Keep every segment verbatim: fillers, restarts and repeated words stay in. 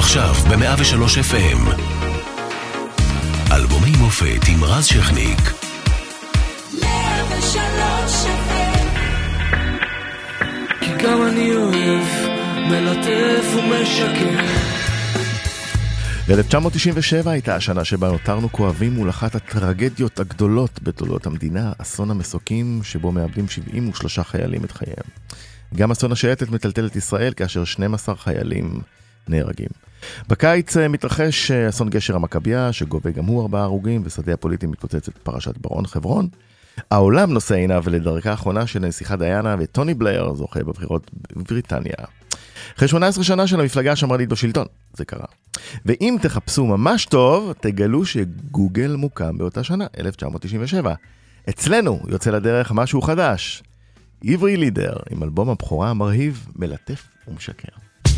עכשיו ב-מאה ושלוש אף אם. אלבומי מופת עם רז שכניק. מאה ושלוש אף אם. כי גם אני אוהב מלטף ומשקר. ב-אלף תשע מאות תשעים ושבע הייתה השנה שבה נותרנו כואבים מול אחת הטרגדיות הגדולות בתולדות המדינה, אסון המסוקים, שבו מאבדים שבעים ושלושה חיילים את חייהם. גם אסון השייטת מטלטל את ישראל, כאשר שנים עשר חיילים נהרגים. בקיץ מתרחש אסון גשר המכביה, שגובה גם הוא ארבעה הרוגים, ושדה הפוליטי מתפוצץ את פרשת ברון חברון. העולם נושא עיניו לדרכה האחרונה של נסיכה דיאנה, וטוני בלייר זוכה בבחירות בבריטניה. אחרי שמונה עשרה שנה של המפלגה השמרנית בשלטון, זה קרה. ואם תחפשו ממש טוב, תגלו שגוגל מוקם באותה שנה, אלף תשע מאות תשעים ושבע. אצלנו יוצא לדרך משהו חדש. עברי לידר, עם אלבום הבכורה המרהיב, מלטף ומשקר.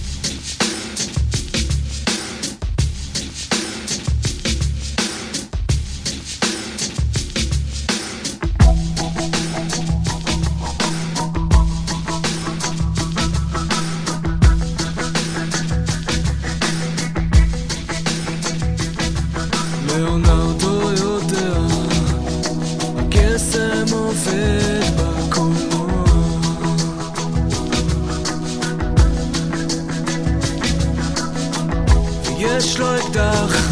יש לו אקדח,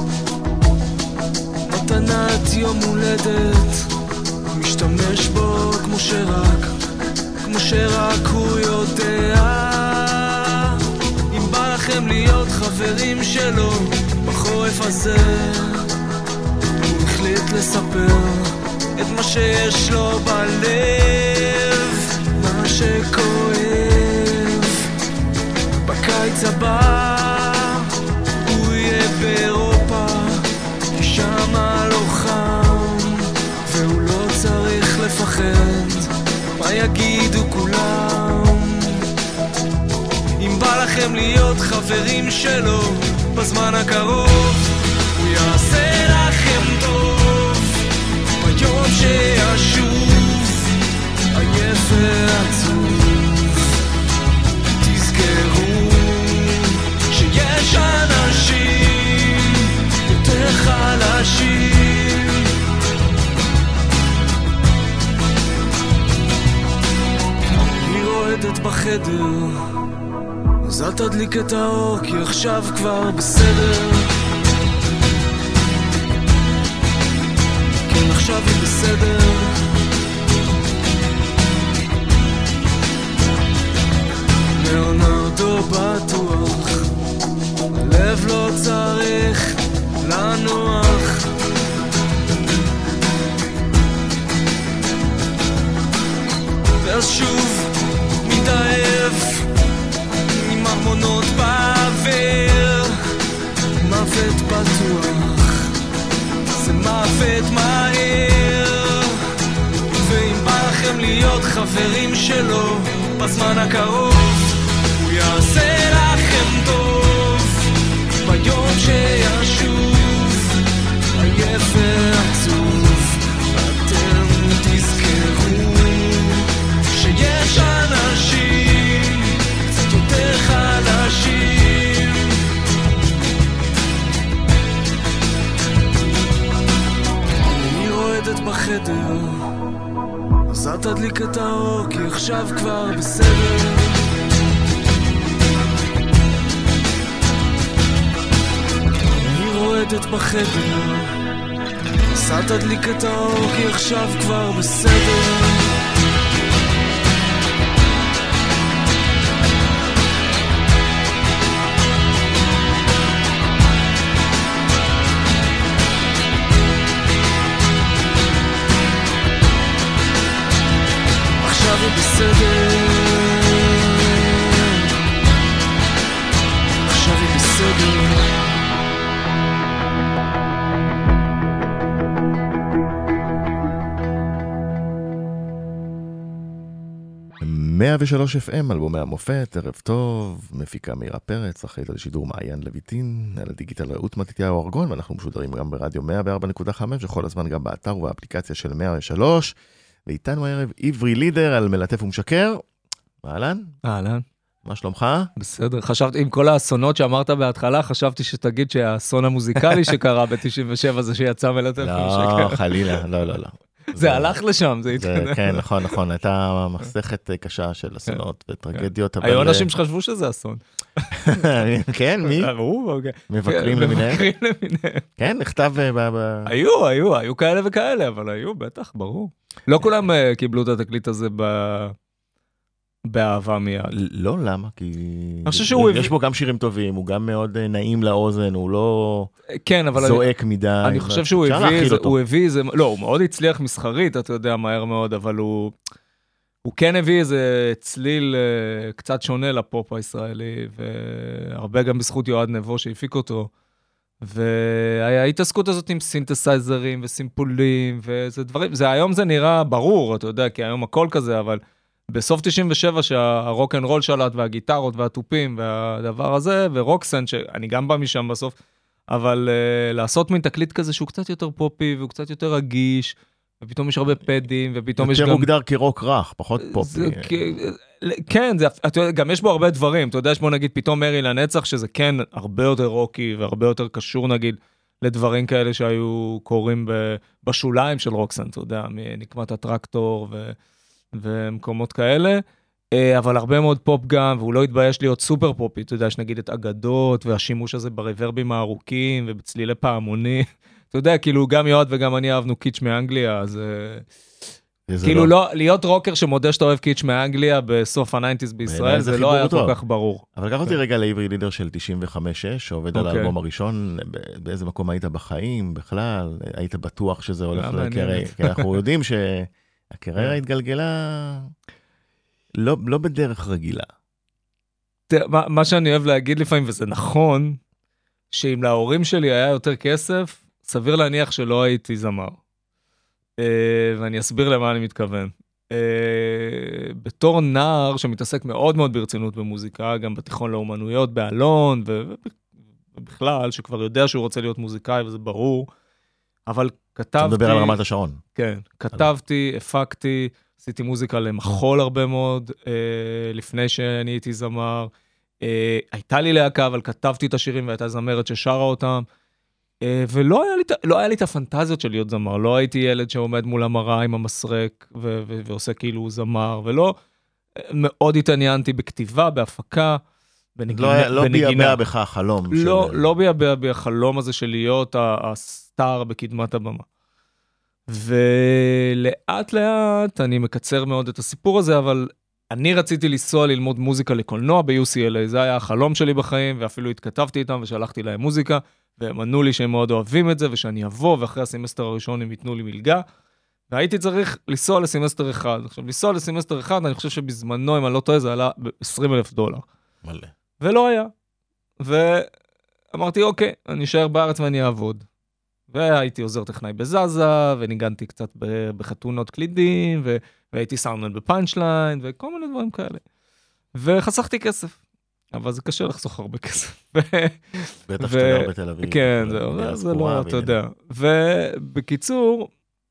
מתנת יום הולדת, משתמש בו כמו שרק, כמו שרק הוא יודע. אם בא לכם להיות חברים שלו בחורף הזה, הוא החליט לספר את מה שיש לו בלב, מה שכואב. בקיץ הבא באירופה, כי שמה לא חם, והוא לא צריך לפחד מה יגידו כולם. אם בא לכם להיות חברים שלו בזמן הקרוב, הוא יעשה לכם טוב ביום שישוב עייף ועצוב. תזכרו שיש אנשים יותר חלשים. היא רועדת בחדר, אז אל תדליק את האור, כי עכשיו כבר בסדר. כן, עכשיו היא בסדר. ליאונרדו בטוח, הלב לא צריך לנוח. ואז שוב מתאהב עם הרמונות באוויר. מוות בטוח, זה מוות מהר. ואם בא לכם להיות חברים שלו בזמן הקרוב, הוא יעשה לכם טוב ביום שישוב עייף ועצוב. אתם תזכרו שיש אנשים קצת יותר חלשים. אני רועדת בחדר, אז אל תדליק את האור, כי עכשיו כבר בסדר. רועדת בחדר, אז אל תדליק את האור, כי עכשיו כבר בסדר. עכשיו היא בסדר. עכשיו היא בסדר. מאה ושלוש אף אם, אלבומי המופת, ערב טוב, מפיקה מירה פרץ, אחראית על שידור מעיין לויטין, על הדיגיטל רעות מתתיהו ארגון, ואנחנו משודרים גם ברדיו מאה וארבע נקודה חמש, וכל הזמן גם באתר ובאפליקציה של מאה ושלוש, ואיתנו הערב עברי לידר על מלטף ומשקר. אהלן? אהלן. מה שלומך? בסדר, חשבתי, עם כל האסונות שאמרת בהתחלה, חשבתי שתגיד שהאסון המוזיקלי שקרה ב-תשעים ושבע זה שיצא מלטלפון. לא, חלילה, לא, לא, לא. זה הלך לשם, זה התקדם. כן, נכון, נכון, הייתה מסכת קשה של אסונות וטרגדיות. היו אנשים שחשבו שזה אסון. כן, מי? מבקרים למיניהם. מבקרים למיניהם. כן, נכתב... היו, היו, היו כאלה וכאלה, אבל היו, בטח, ברור. לא כולם קיבלו את התקליט הזה באהבה מיד. לא, למה? כי... אני חושב שהוא... יש בו גם שירים טובים, הוא גם מאוד נעים לאוזן, הוא לא... כן, אבל... זועק מדי. אני חושב שהוא הביא... הוא הביא איזה... לא, הוא מאוד הצליח מסחרית, אתה יודע, מהר מאוד, אבל הוא... הוא כן הביא איזה צליל קצת שונה לפופ הישראלי, והרבה גם בזכות יועד נבו שהפיק אותו. וההתעסקות הזאת עם סינתסייזרים וסימפולים, וזה דברים... זה היום זה נראה ברור, אתה יודע, כי היום הכל כזה, אבל... בסוף תשעים ושבע שהרוק אנד רול שלט והגיטרות והטופים והדבר הזה, ורוקסן, שאני גם בא משם בסוף, אבל uh, לעשות מין תקליט כזה שהוא קצת יותר פופי, והוא קצת יותר רגיש, ופתאום יש הרבה פדים, ופתאום יש גם... יותר מוגדר כרוק רך, פחות פופי. זה, כן, זה, אתה, גם יש בו הרבה דברים, אתה יודע, יש בו נגיד פתאום מרי לנצח, שזה כן הרבה יותר רוקי, והרבה יותר קשור נגיד, לדברים כאלה שהיו קורים בשוליים של רוקסן, אתה יודע, מנקמת הטרקטור ו... ומקומות כאלה, אבל הרבה מאוד פופ גם, והוא לא התבייש להיות סופר פופי, אתה יודע, יש נגיד את אגדות, והשימוש הזה בריברבים הארוכים, ובצלילי פעמוני, אתה יודע, כאילו גם יועד וגם אני אהבנו קיץ' מאנגליה, אז כאילו לא, להיות רוקר שמודה שאתה אוהב קיץ' מאנגליה בסוף ה-תשעים בישראל, זה לא היה כל כך ברור. אבל קח אותי רגע לעברי לידר של תשעים וחמש שש, שעובד על האלבום הראשון, באיזה מקום היית בחיים בכלל, היית בטוח שזה הולך לקרי, כי אנחנו יודעים ש... הקריירה התגלגלה לא, לא בדרך רגילה. מה, מה שאני אוהב להגיד לפעמים, וזה נכון, שאם להורים שלי היה יותר כסף, סביר להניח שלא הייתי זמר. ואני אסביר למה אני מתכוון. בתור נער שמתעסק מאוד מאוד ברצינות במוזיקה, גם בתיכון לאומנויות, באלון, ובכלל, שכבר יודע שהוא רוצה להיות מוזיקאי, וזה ברור, אבל כתבתי... אתה מדבר על רמת השרון. כן, כתבתי, הפקתי, עשיתי מוזיקה למחול הרבה מאוד, אה, לפני שאני הייתי זמר. אה, הייתה לי להקה, אבל כתבתי את השירים והייתה זמרת ששרה אותם, אה, ולא היה לי, לא היה לי את הפנטזיות של להיות זמר. לא הייתי ילד שעומד מול המראה עם המסרק ו- ו- ועושה כאילו זמר, ולא מאוד התעניינתי בכתיבה, בהפקה, בנגינה. לא, לא ביאבע בך החלום. לא, של... לא ביאבע בחלום הזה של להיות הסטאר בקדמת הבמה. ולאט לאט אני מקצר מאוד את הסיפור הזה, אבל אני רציתי לנסוע ללמוד מוזיקה לקולנוע ב-יו סי אל איי, זה היה החלום שלי בחיים, ואפילו התכתבתי איתם ושלחתי להם מוזיקה, והם ענו לי שהם מאוד אוהבים את זה, ושאני אבוא, ואחרי הסמסטר הראשון הם ייתנו לי מלגה, והייתי צריך לנסוע לסמסטר אחד. עכשיו, לנסוע לסמסטר אחד, אני חושב שבזמנו, אם אני לא טועה, זה עלה ב-עשרים אלף דולר. מלא. ולא היה. ואמרתי, אוקיי, אני אשאר בארץ ואני אעבוד. והייתי עוזר טכנאי בזאזה, וניגנתי קצת בחתונות קלידים, ו... והייתי סאונדמן בפאנצ'ליין, וכל מיני דברים כאלה. וחסכתי כסף. אבל זה קשה לחסוך הרבה כסף. בטח שאתה גר בתל אביב. כן, זה, זה לא, אתה יודע. ובקיצור,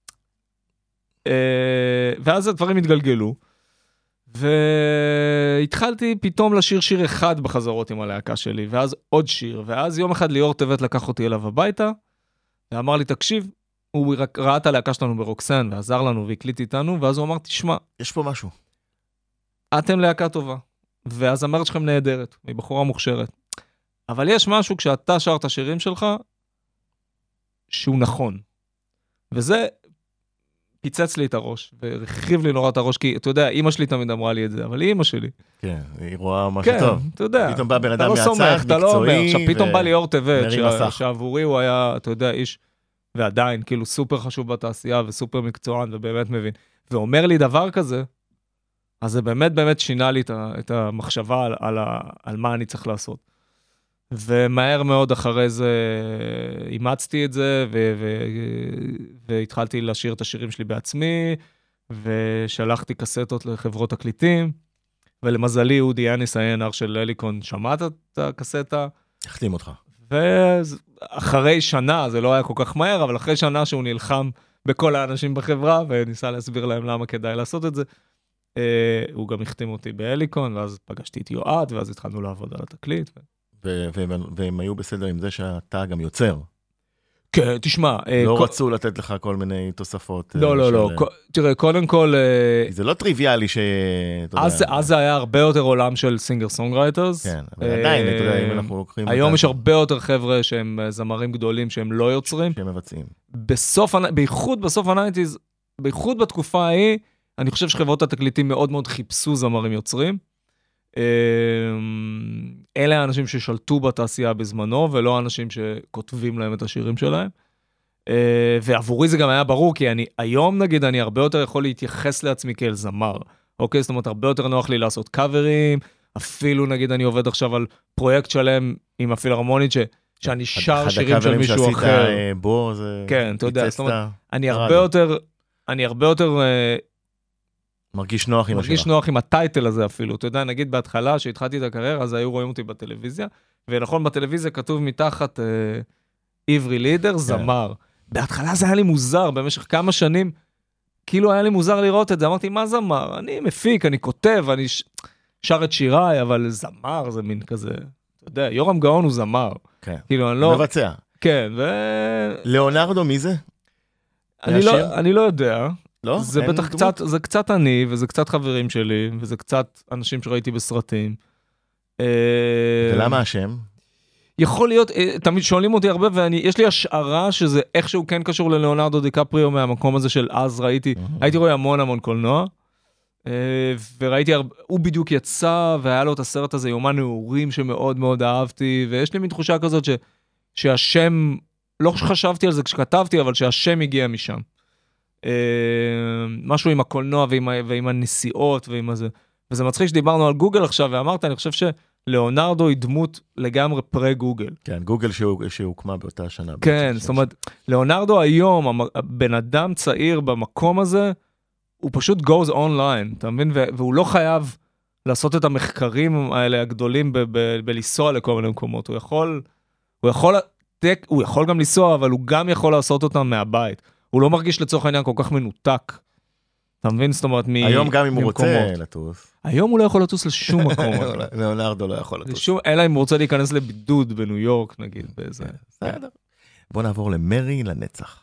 ואז הדברים התגלגלו, והתחלתי פתאום לשיר שיר אחד בחזרות עם הלהקה שלי, ואז עוד שיר, ואז יום אחד ליאור טבת לקח אותי אליו הביתה, ואמר לי, תקשיב, הוא ראה את הלהקה שלנו ברוקסן, ועזר לנו והקליט איתנו, ואז הוא אמר, תשמע, יש פה משהו. אתם להקה טובה, והזמרת שלכם נהדרת, היא בחורה מוכשרת. אבל יש משהו כשאתה שר את השירים שלך, שהוא נכון. וזה פיצץ לי את הראש, והרחיב לי נורא את הראש, כי אתה יודע, אמא שלי תמיד אמרה לי את זה, אבל היא אמא שלי. כן, היא רואה משהו כן, טוב. כן, אתה יודע. פתאום בא בן אדם מהצד, מקצועי, אתה לא אומר. עכשיו פתאום ו... בא ליאור טבת, ש... שעבורי הוא היה, אתה יודע, איש, ועדיין, כאילו סופר חשוב בתעשייה, וסופר מקצוען, ובאמת מבין. ואומר לי דבר כזה, אז זה באמת באמת שינה לי את המחשבה על, על, על מה אני צריך לעשות. ומהר מאוד אחרי זה אימצתי את זה, ו- ו- והתחלתי לשיר את השירים שלי בעצמי, ושלחתי קסטות לחברות תקליטים, ולמזלי אודי יאניס, ה-איי אנד אר של אליקון, שמעת את הקסטה. החתים אותך. ואחרי שנה, זה לא היה כל כך מהר, אבל אחרי שנה שהוא נלחם בכל האנשים בחברה, וניסה להסביר להם למה כדאי לעשות את זה, הוא גם החתים אותי בהליקון, ואז פגשתי את יועד, ואז התחלנו לעבוד על התקליט. והם היו בסדר עם זה שאתה גם יוצר. כן, תשמע. לא רצו לתת לך כל מיני תוספות. לא, לא, לא. תראה, קודם כל... זה לא טריוויאלי ש... אז זה היה הרבה יותר עולם של סינגר סונגרייטרס. כן, אבל עדיין, אתה יודע, אם אנחנו לוקחים... היום יש הרבה יותר חבר'ה שהם זמרים גדולים שהם לא יוצרים. שהם מבצעים. בסוף, בייחוד בסוף ה-תשעים, בייחוד בתקופה ההיא, אני חושב שחברות התקליטים מאוד מאוד חיפשו זמרים יוצרים. אלה האנשים ששלטו בתעשייה בזמנו, ולא האנשים שכותבים להם את השירים שלהם. ועבורי זה גם היה ברור, כי אני, היום נגיד, אני הרבה יותר יכול להתייחס לעצמי כאל זמר. אוקיי? זאת אומרת, הרבה יותר נוח לי לעשות קאברים, אפילו נגיד אני עובד עכשיו על פרויקט שלם עם הפילהרמונית, ש... שאני שר שירים של מישהו אחר. אחד הקאברים שעשית בו, זה... כן, אתה יודע, זאת אומרת, אני הרבה יותר, אני הרבה יותר... מרגיש נוח עם מרגיש נוח עם הטייטל הזה אפילו. אתה יודע, נגיד בהתחלה שהתחלתי את הקריירה, אז היו רואים אותי בטלוויזיה, ונכון, בטלוויזיה כתוב מתחת עברי לידר, זמר. בהתחלה זה היה לי מוזר, במשך כמה שנים, כאילו היה לי מוזר לראות את זה, אמרתי, מה זמר? אני מפיק, אני כותב, אני שר את שיריי, אבל זמר זה מין כזה, אתה יודע, יורם גאון הוא זמר. כן, כאילו, אני לא... מבצע. כן, ו... ליאונרדו, מי זה? אני לא, אני לא יודע. לא? זה בטח קצת, זה קצת אני, וזה קצת חברים שלי, וזה קצת אנשים שראיתי בסרטים. ולמה השם? יכול להיות, תמיד שואלים אותי הרבה, ויש לי השערה שזה איכשהו כן קשור ללאונרדו דיקפריו, מהמקום הזה של אז ראיתי, הייתי רואה המון המון קולנוע, וראיתי, הוא בדיוק יצא, והיה לו את הסרט הזה, יומן נעורים שמאוד מאוד אהבתי, ויש לי מין תחושה כזאת שהשם, לא חשבתי על זה כשכתבתי, אבל שהשם הגיע משם. משהו עם הקולנוע ועם, ועם הנסיעות ועם הזה. וזה מצחיק שדיברנו על גוגל עכשיו, ואמרת, אני חושב שלאונרדו היא דמות לגמרי פרה-גוגל. כן, גוגל שהוקמה באותה שנה. כן, זאת אומרת, לאונרדו היום, בן אדם צעיר במקום הזה, הוא פשוט goes online, אתה מבין? והוא לא חייב לעשות את המחקרים האלה הגדולים בלנסוע לכל מיני מקומות. הוא יכול, הוא יכול, הוא יכול גם לנסוע, אבל הוא גם יכול לעשות אותם מהבית. הוא לא מרגיש לצורך העניין כל כך מנותק. אתה מבין? זאת אומרת, ממקומות. היום גם אם הוא רוצה לטוס. היום הוא לא יכול לטוס לשום מקום. לאונרדו לא יכול לטוס. אלא אם הוא רוצה להיכנס לבידוד בניו יורק, נגיד, באיזה... בסדר. בוא נעבור למרי לנצח.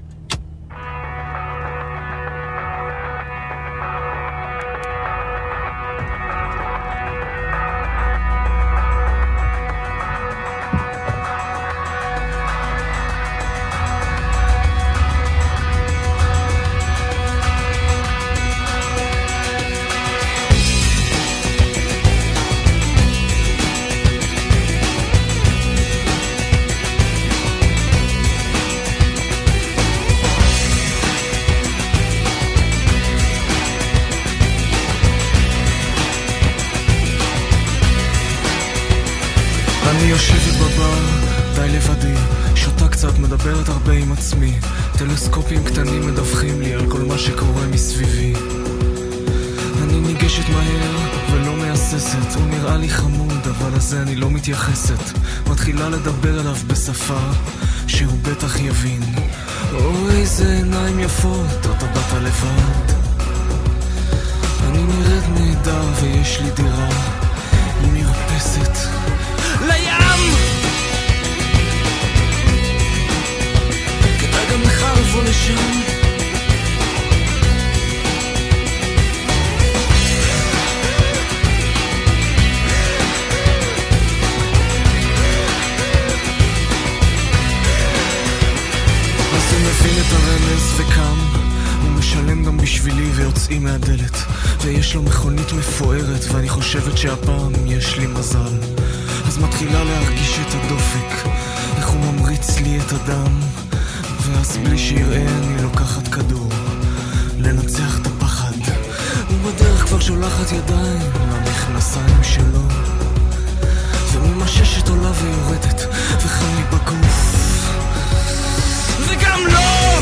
מדברת הרבה עם עצמי, טלסקופים קטנים מדווחים לי על כל מה שקורה מסביבי. אני ניגשת מהר ולא מהססת, הוא נראה לי חמוד אבל לזה אני לא מתייחסת. מתחילה לדבר אליו בשפה שהוא בטח יבין. או איזה עיניים יפות, אתה באת לבד. אני נראית נהדר ויש לי דירה עם מרפסת לים. גם מחר לבוא לשם. אז הוא מבין את הרמז וקם, הוא משלם גם בשבילי ויוצאים מהדלת, ויש לו מכונית מפוארת ואני חושבת שהפעם יש לי מזל. אז מתחילה להרגיש את הדופק, איך הוא ממריץ לי את הדם, ואז בלי שיראה אני לוקחת כדור לנצח את הפחד. ובדרך כבר שולחת ידיים למכנסיים שלו, וממששת עולה ויורדת וחם לי בגוף וגם לא.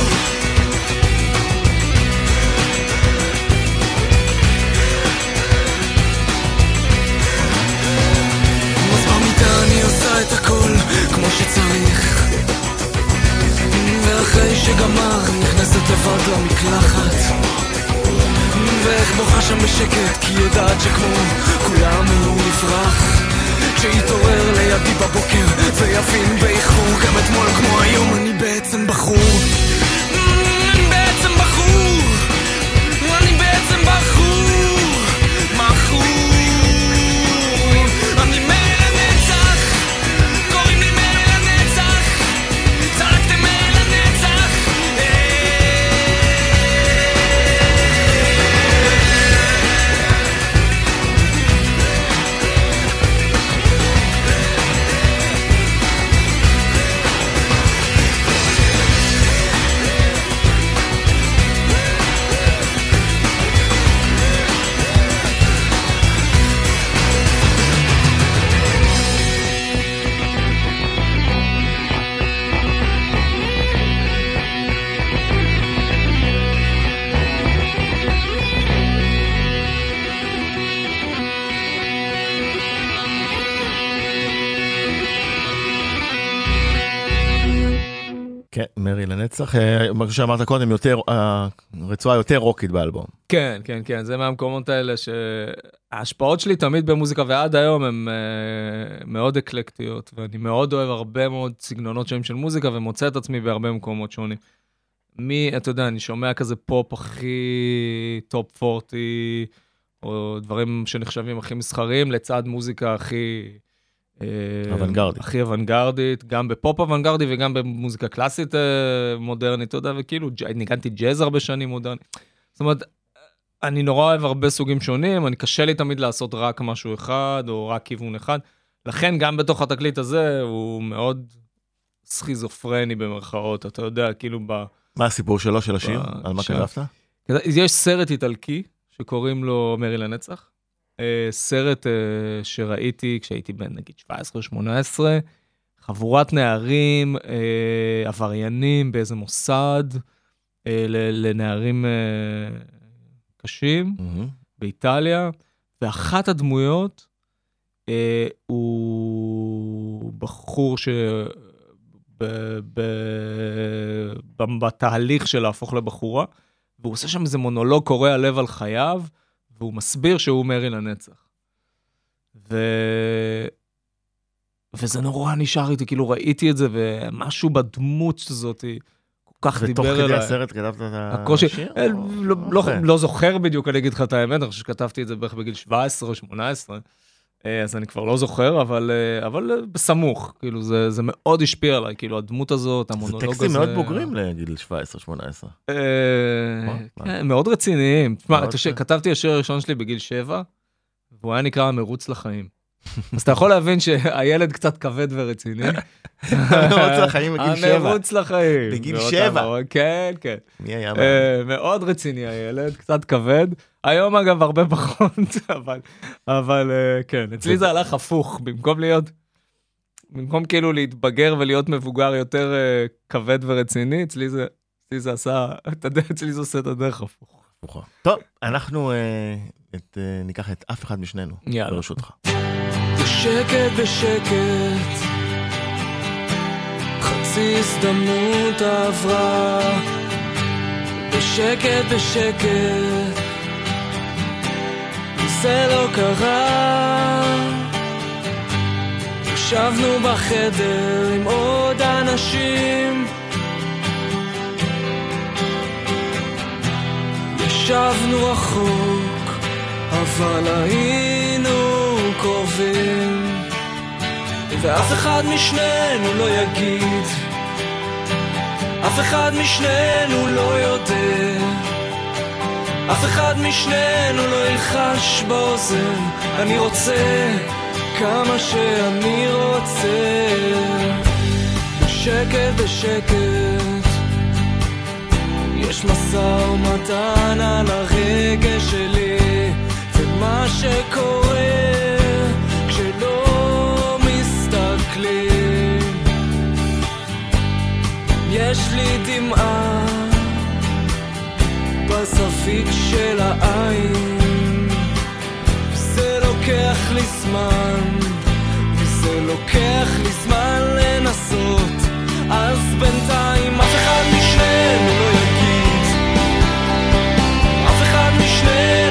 אז במיטה אני עושה את הכל כמו שצריך, ואחרי שגמר נכנסת לבד למקלחת, איך בוכה שם בשקט, כי ידעת שכמו כולם הוא נפרח, כשהתעורר לידי בבוקר ויבין באיחור, גם אתמול כמו היום אני בעצם בחור, אני בעצם בחור, אני בעצם בחור, בחור, אני מאיר הנצח, קוראים לי מאיר הנצח, צעקתם מאיר הנצח, כן, מרי לנצח, מה שאמרת קודם, יותר, הרצועה יותר רוקית באלבום. כן, כן, כן, זה מהמקומות האלה שההשפעות שלי תמיד במוזיקה ועד היום הן מאוד אקלקטיות, ואני מאוד אוהב הרבה מאוד סגנונות שונים של מוזיקה, ומוצא את עצמי בהרבה מקומות שונים. מי, אתה יודע, אני שומע כזה פופ הכי טופ ארבעים, או דברים שנחשבים הכי מסחריים, לצד מוזיקה הכי... אוונגרדית. הכי אוונגרדית, גם בפופ אוונגרדי וגם במוזיקה קלאסית מודרנית, אתה יודע, וכאילו, ניגנתי ג'אז הרבה שנים מודרני. זאת אומרת, אני נורא אוהב הרבה סוגים שונים, אני קשה לי תמיד לעשות רק משהו אחד, או רק כיוון אחד. לכן גם בתוך התקליט הזה, הוא מאוד סכיזופרני במרכאות, אתה יודע, כאילו ב... מה הסיפור שלו, של השיר? על מה כתבת? יש סרט איטלקי, שקוראים לו מרי לנצח. סרט שראיתי כשהייתי בן נגיד שבע עשרה שמונה עשרה, חבורת נערים, עבריינים באיזה מוסד, לנערים קשים, באיטליה, ואחת הדמויות הוא בחור שבתהליך של להפוך לבחורה, והוא עושה שם איזה מונולוג קורע לב על חייו, והוא מסביר שהוא מרי לנצח. ו... וזה נורא נשאר איתי, כאילו ראיתי את זה, ומשהו בדמות הזאת כל כך דיבר אליי. ותוך כדי הסרט כתבת את הקושי... השיר? לא, לא, לא זוכר בדיוק, אני אגיד לך את האמת, אני חושב שכתבתי את זה בערך בגיל שבע עשרה או שמונה עשרה, אז אני כבר לא זוכר, אבל, אבל בסמוך, כאילו זה, זה מאוד השפיע עליי, כאילו הדמות הזאת, המונולוג הזה... זה טקסטים מאוד בוגרים לגיל שבע עשרה שמונה עשרה. כן, מאוד רציניים. תשמע, כתבתי השיר הראשון שלי בגיל שבע, והוא היה נקרא המרוץ לחיים. אז אתה יכול להבין שהילד קצת כבד ורציני. המרוץ לחיים בגיל שבע. המרוץ לחיים. בגיל שבע. כן, כן. מי היה? מאוד רציני הילד, קצת כבד. היום אגב הרבה פחות, אבל כן, אצלי זה הלך הפוך, במקום להיות, במקום כאילו להתבגר ולהיות מבוגר יותר כבד ורציני, אצלי זה, אצלי זה עשה, אתה יודע, אצלי זה עושה את הדרך הפוך. טוב, אנחנו ניקח את אף אחד משנינו, ברשותך. בשקט בשקט, חצי הזדמנות עברה, בשקט בשקט, זה לא קרה, ישבנו בחדר עם עוד אנשים, ישבנו רחוק, אבל היינו קרובים, ואף אחד משנינו לא יגיד, אף אחד משנינו לא יודע, אף אחד משנינו לא ילחש באוזן, אני רוצה כמה שאני רוצה, בשקט בשקט, יש משא ומתן על הרגש שלי, ומה שקורה כשלא מסתכלים, יש לי דמעה בזווית של העין, זה לוקח לי זמן, וזה לוקח לי זמן לנסות, אז בינתיים אף אחד משנינו לא יגיד, אף אחד משנינו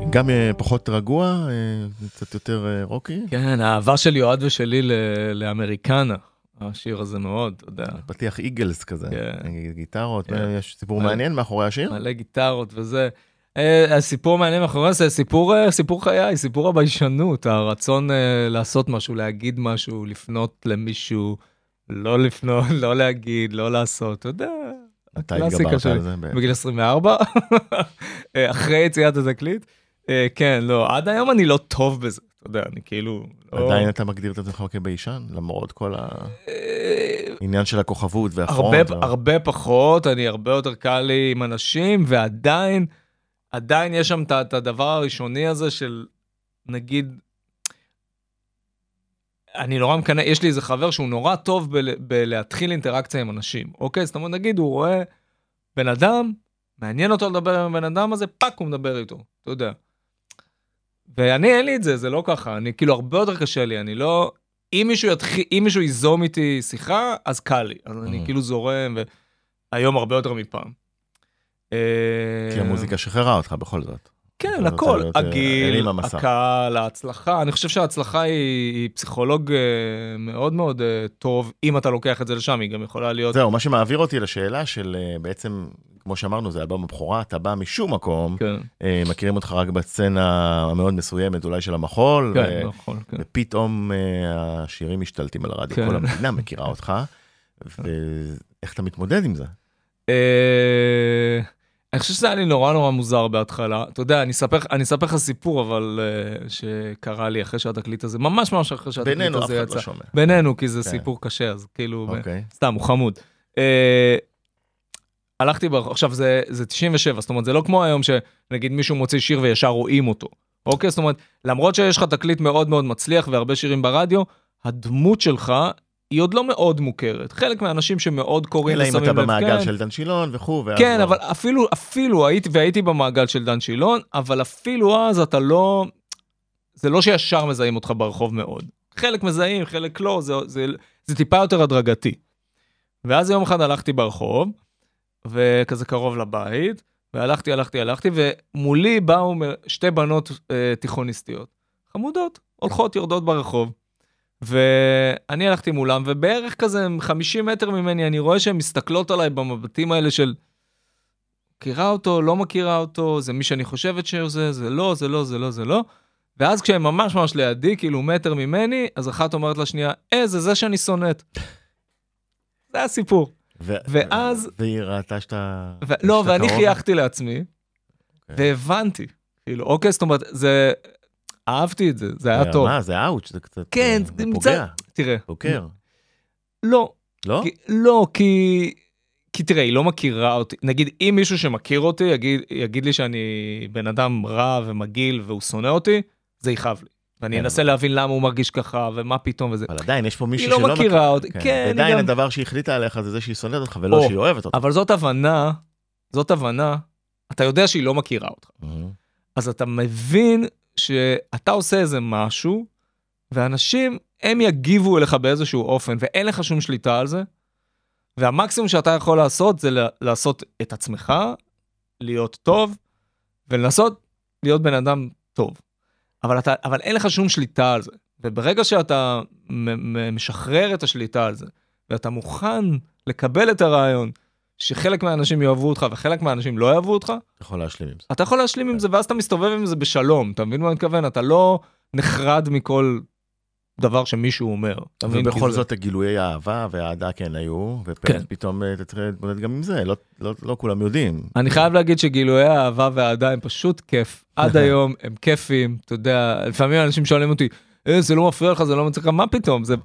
גם פחות רגוע, קצת יותר רוקי. כן, האהבה של יועד ושלי לאמריקנה. השיר הזה מאוד, אתה יודע. פתיח איגלס כזה, גיטרות, יש סיפור מעניין מאחורי השיר? מלא גיטרות וזה. הסיפור מעניין מאחורי זה, סיפור חיי, סיפור הביישנות, הרצון לעשות משהו, להגיד משהו, לפנות למישהו, לא לפנות, לא להגיד, לא לעשות, אתה יודע. אתה התגברת על זה? בגיל עשרים וארבע, אחרי יציאת התקליט. כן, לא, עד היום אני לא טוב בזה, אתה יודע, אני כאילו... עדיין אתה מגדיר את עצמך כביישן, למרות כל העניין של הכוכבות והפרונט. הרבה פחות, אני הרבה יותר קל לי עם אנשים, ועדיין, עדיין יש שם את הדבר הראשוני הזה של, נגיד, אני נורא מקנה, יש לי איזה חבר שהוא נורא טוב בלהתחיל אינטראקציה עם אנשים, אוקיי? זאת אומרת, נגיד, הוא רואה בן אדם, מעניין אותו לדבר עם בן אדם הזה, פאק הוא מדבר איתו, אתה יודע. ואני אין לי את זה, זה לא ככה, אני כאילו הרבה יותר קשה לי, אני לא, אם מישהו יתחיל, אם מישהו יזום איתי שיחה, אז קל לי, אז אני כאילו זורם, והיום הרבה יותר מפעם. כי המוזיקה שחררה אותך בכל זאת. כן, הכל, הגיל, הקהל, ההצלחה, אני חושב שההצלחה היא פסיכולוג מאוד מאוד טוב, אם אתה לוקח את זה לשם, היא גם יכולה להיות... זהו, מה שמעביר אותי לשאלה של בעצם, כמו שאמרנו, זה אלבום הבכורה, אתה בא משום מקום, מכירים אותך רק בצנה המאוד מסוימת, אולי של המחול, ופתאום השירים משתלטים על הרדיו, כל המדינה מכירה אותך, ואיך אתה מתמודד עם זה? אני חושב שזה היה לי נורא נורא מוזר בהתחלה, אתה יודע, אני אספר, אני אספר לך סיפור, אבל uh, שקרה לי אחרי שהתקליט הזה, ממש ממש אחרי שהתקליט הזה יצא. לא שומע. בינינו, כי זה okay. סיפור קשה, אז כאילו, okay. סתם, הוא חמוד. Uh, הלכתי, בר... עכשיו זה, זה תשעים ושבע, זאת אומרת, זה לא כמו היום שנגיד מישהו מוציא שיר וישר רואים אותו. אוקיי? זאת אומרת, למרות שיש לך תקליט מאוד מאוד מצליח והרבה שירים ברדיו, הדמות שלך היא עוד לא מאוד מוכרת. חלק מהאנשים שמאוד קוראים אלא אם אתה במעגל כן. של דן שילון וכו'. כן, לא... אבל אפילו, אפילו הייתי, והייתי במעגל של דן שילון, אבל אפילו אז אתה לא, זה לא שישר מזהים אותך ברחוב מאוד. חלק מזהים, חלק לא, זה, זה, זה טיפה יותר הדרגתי. ואז יום אחד הלכתי ברחוב, וכזה קרוב לבית, והלכתי, הלכתי, הלכתי, ומולי באו שתי בנות אה, תיכוניסטיות. חמודות, הולכות, יורדות ברחוב. ואני הלכתי מולם, ובערך כזה חמישים מטר ממני, אני רואה שהן מסתכלות עליי במבטים האלה של, מכירה אותו, לא מכירה אותו, זה מי שאני חושבת שזה, זה לא, זה לא, זה לא, זה לא. ואז כשהם ממש ממש לידי, כאילו מטר ממני, אז אחת אומרת לשנייה, אה, זה זה שאני שונאת. זה הסיפור. ואז... והיא ראתה שאתה... לא, ואני חייכתי לעצמי, והבנתי. כאילו, אוקיי, זאת אומרת, זה... אהבתי את זה, זה היה טוב. מה, זה אאוץ', זה קצת... כן, זה פוגע. תראה. בוקר. לא. לא? לא, כי... כי תראה, היא לא מכירה אותי. נגיד, אם מישהו שמכיר אותי, יגיד לי שאני בן אדם רע ומגיל, והוא שונא אותי, זה יכאב לי. ואני אנסה להבין למה הוא מרגיש ככה, ומה פתאום וזה. אבל עדיין, יש פה מישהו שלא מכירה. היא לא מכירה אותי. כן, עדיין הדבר שהחליטה עליך זה זה שהיא שונאת אותך, ולא שהיא אוהבת אותך. אבל זאת הבנה, זאת הבנה, אתה יודע שהיא לא מכירה אותך. אז אתה מבין שאתה עושה איזה משהו, ואנשים, הם יגיבו אליך באיזשהו אופן, ואין לך שום שליטה על זה, והמקסימום שאתה יכול לעשות, זה לעשות את עצמך, להיות טוב, ולנסות להיות בן אדם טוב. אבל, אתה, אבל אין לך שום שליטה על זה. וברגע שאתה משחרר את השליטה על זה, ואתה מוכן לקבל את הרעיון, שחלק מהאנשים יאהבו אותך, וחלק מהאנשים לא יאהבו אותך, אתה יכול להשלים עם זה. אתה יכול להשלים עם זה, ואז אתה מסתובב עם זה בשלום. אתה מבין מה אני מתכוון? אתה לא נחרד מכל דבר שמישהו אומר. ובכל זאת הגילויי האהבה והאהדה כן היו, ופתאום אתה צריך להתמודד גם עם זה, לא, לא, לא כולם יודעים. אני חייב להגיד שגילויי האהבה והאהדה הם פשוט כיף. עד היום הם כיפים, אתה יודע, לפעמים אנשים שואלים אותי, אה, זה לא מפריע לך, זה לא מצליח, מה פתאום? זה...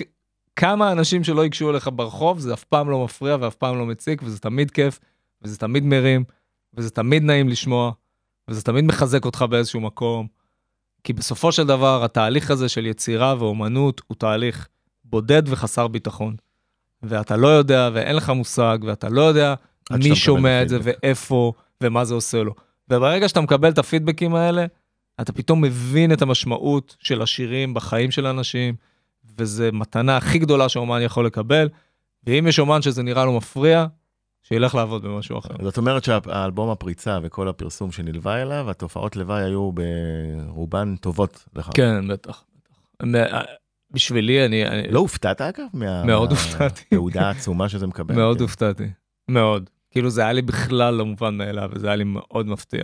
כמה אנשים שלא ייגשו אליך ברחוב, זה אף פעם לא מפריע ואף פעם לא מציק, וזה תמיד כיף, וזה תמיד מרים, וזה תמיד נעים לשמוע, וזה תמיד מחזק אותך באיזשהו מקום. כי בסופו של דבר, התהליך הזה של יצירה ואומנות, הוא תהליך בודד וחסר ביטחון. ואתה לא יודע, ואין לך מושג, ואתה לא יודע מי שומע את זה, ואיפה, ומה זה עושה לו. וברגע שאתה מקבל את הפידבקים האלה, אתה פתאום מבין את המשמעות של השירים בחיים של אנשים, וזה מתנה הכי גדולה שאומן יכול לקבל, ואם יש אומן שזה נראה לו מפריע, שילך לעבוד במשהו אחר. זאת אומרת שהאלבום הפריצה וכל הפרסום שנלווה אליו, התופעות לוואי היו ברובן טובות לך. כן, בטח. בשבילי אני... לא הופתעת אגב? מאוד הופתעתי. מהתעודה העצומה שזה מקבל. מאוד הופתעתי. מאוד. כאילו זה היה לי בכלל לא מובן מאליו, וזה היה לי מאוד מפתיע.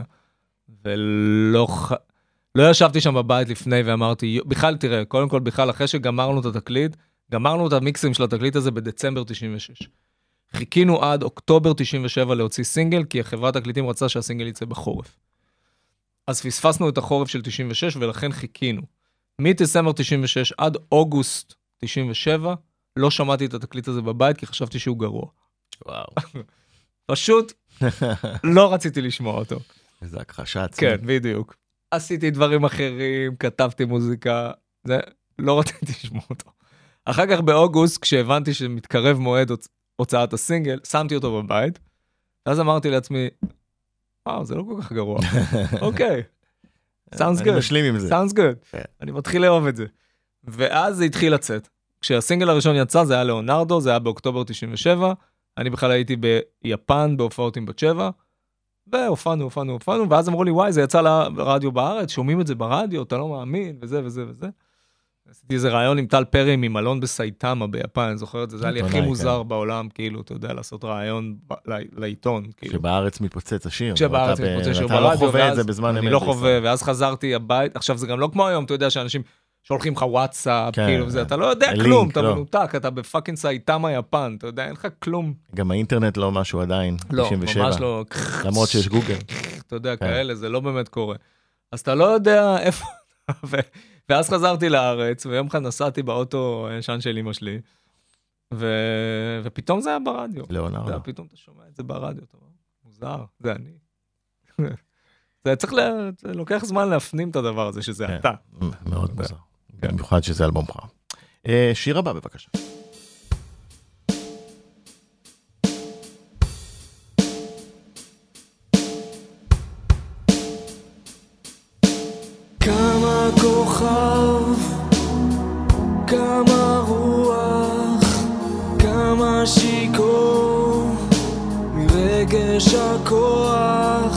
ולא לא ישבתי שם בבית לפני ואמרתי, בכלל תראה, קודם כל בכלל אחרי שגמרנו את התקליט, גמרנו את המיקסים של התקליט הזה בדצמבר תשעים ושש. חיכינו עד אוקטובר תשעים ושבע להוציא סינגל, כי החברת תקליטים רצה שהסינגל יצא בחורף. אז פספסנו את החורף של תשעים ושש, ולכן חיכינו. מדצמבר תשעים ושש עד אוגוסט תשעים ושבע, לא שמעתי את התקליט הזה בבית, כי חשבתי שהוא גרוע. וואו. פשוט לא רציתי לשמוע אותו. איזה הכחשה עצמית. כן, בדיוק. עשיתי דברים אחרים, כתבתי מוזיקה, זה, לא רציתי לשמוע אותו. אחר כך באוגוסט, כשהבנתי שמתקרב מועד הוצאת הסינגל, שמתי אותו בבית, ואז אמרתי לעצמי, וואו, זה לא כל כך גרוע. אוקיי. sounds good. אני משלים עם זה. sounds good. אני מתחיל לאהוב את זה. ואז זה התחיל לצאת. כשהסינגל הראשון יצא, זה היה לאונרדו, זה היה באוקטובר תשעים ושבע, אני בכלל הייתי ביפן, בהופעות עם בת שבע, והופענו, הופענו, הופענו, ואז אמרו לי, וואי, זה יצא לרדיו בארץ, שומעים את זה ברדיו, אתה לא מאמין, וזה וזה וזה. עשיתי איזה רעיון עם טל פרי ממלון בסייטמה ביפן, אני זוכר את זה, זה היה לי הכי מוזר בעולם, כאילו, אתה יודע, לעשות רעיון לעיתון. שבארץ מתפוצץ השיר. שבארץ מתפוצץ השיר ברדיו. אתה לא חווה את זה בזמן אמת. אני לא חווה, ואז חזרתי הבית, עכשיו זה גם לא כמו היום, אתה יודע שאנשים שולחים לך וואטסאפ, כאילו, וזה, אתה לא יודע כלום, אתה מנותק, אתה בפאקינג סייטמה יפן, אתה יודע, אין לך כלום. גם האינטרנט לא משהו עדיין, תשעים ושבע. לא, ממש לא. למרות שיש גוגל. אתה יודע, כאלה, זה לא באמת קורה. אז אתה לא יודע איפה, ואז חזרתי לארץ, ויום אחד נסעתי באוטו הישן של אמא שלי, ו... ופתאום זה היה ברדיו. לאונרדו. פתאום אתה שומע את זה ברדיו, אתה אומר, מוזר, זה אני. זה צריך, לה... זה לוקח זמן להפנים את הדבר הזה, שזה כן, אתה. מאוד מוזר. במיוחד שזה אלבום חם. שיר הבא, בבקשה. כמה כוכב, כמה רוח, כמה שיקור, מרגש הכוח,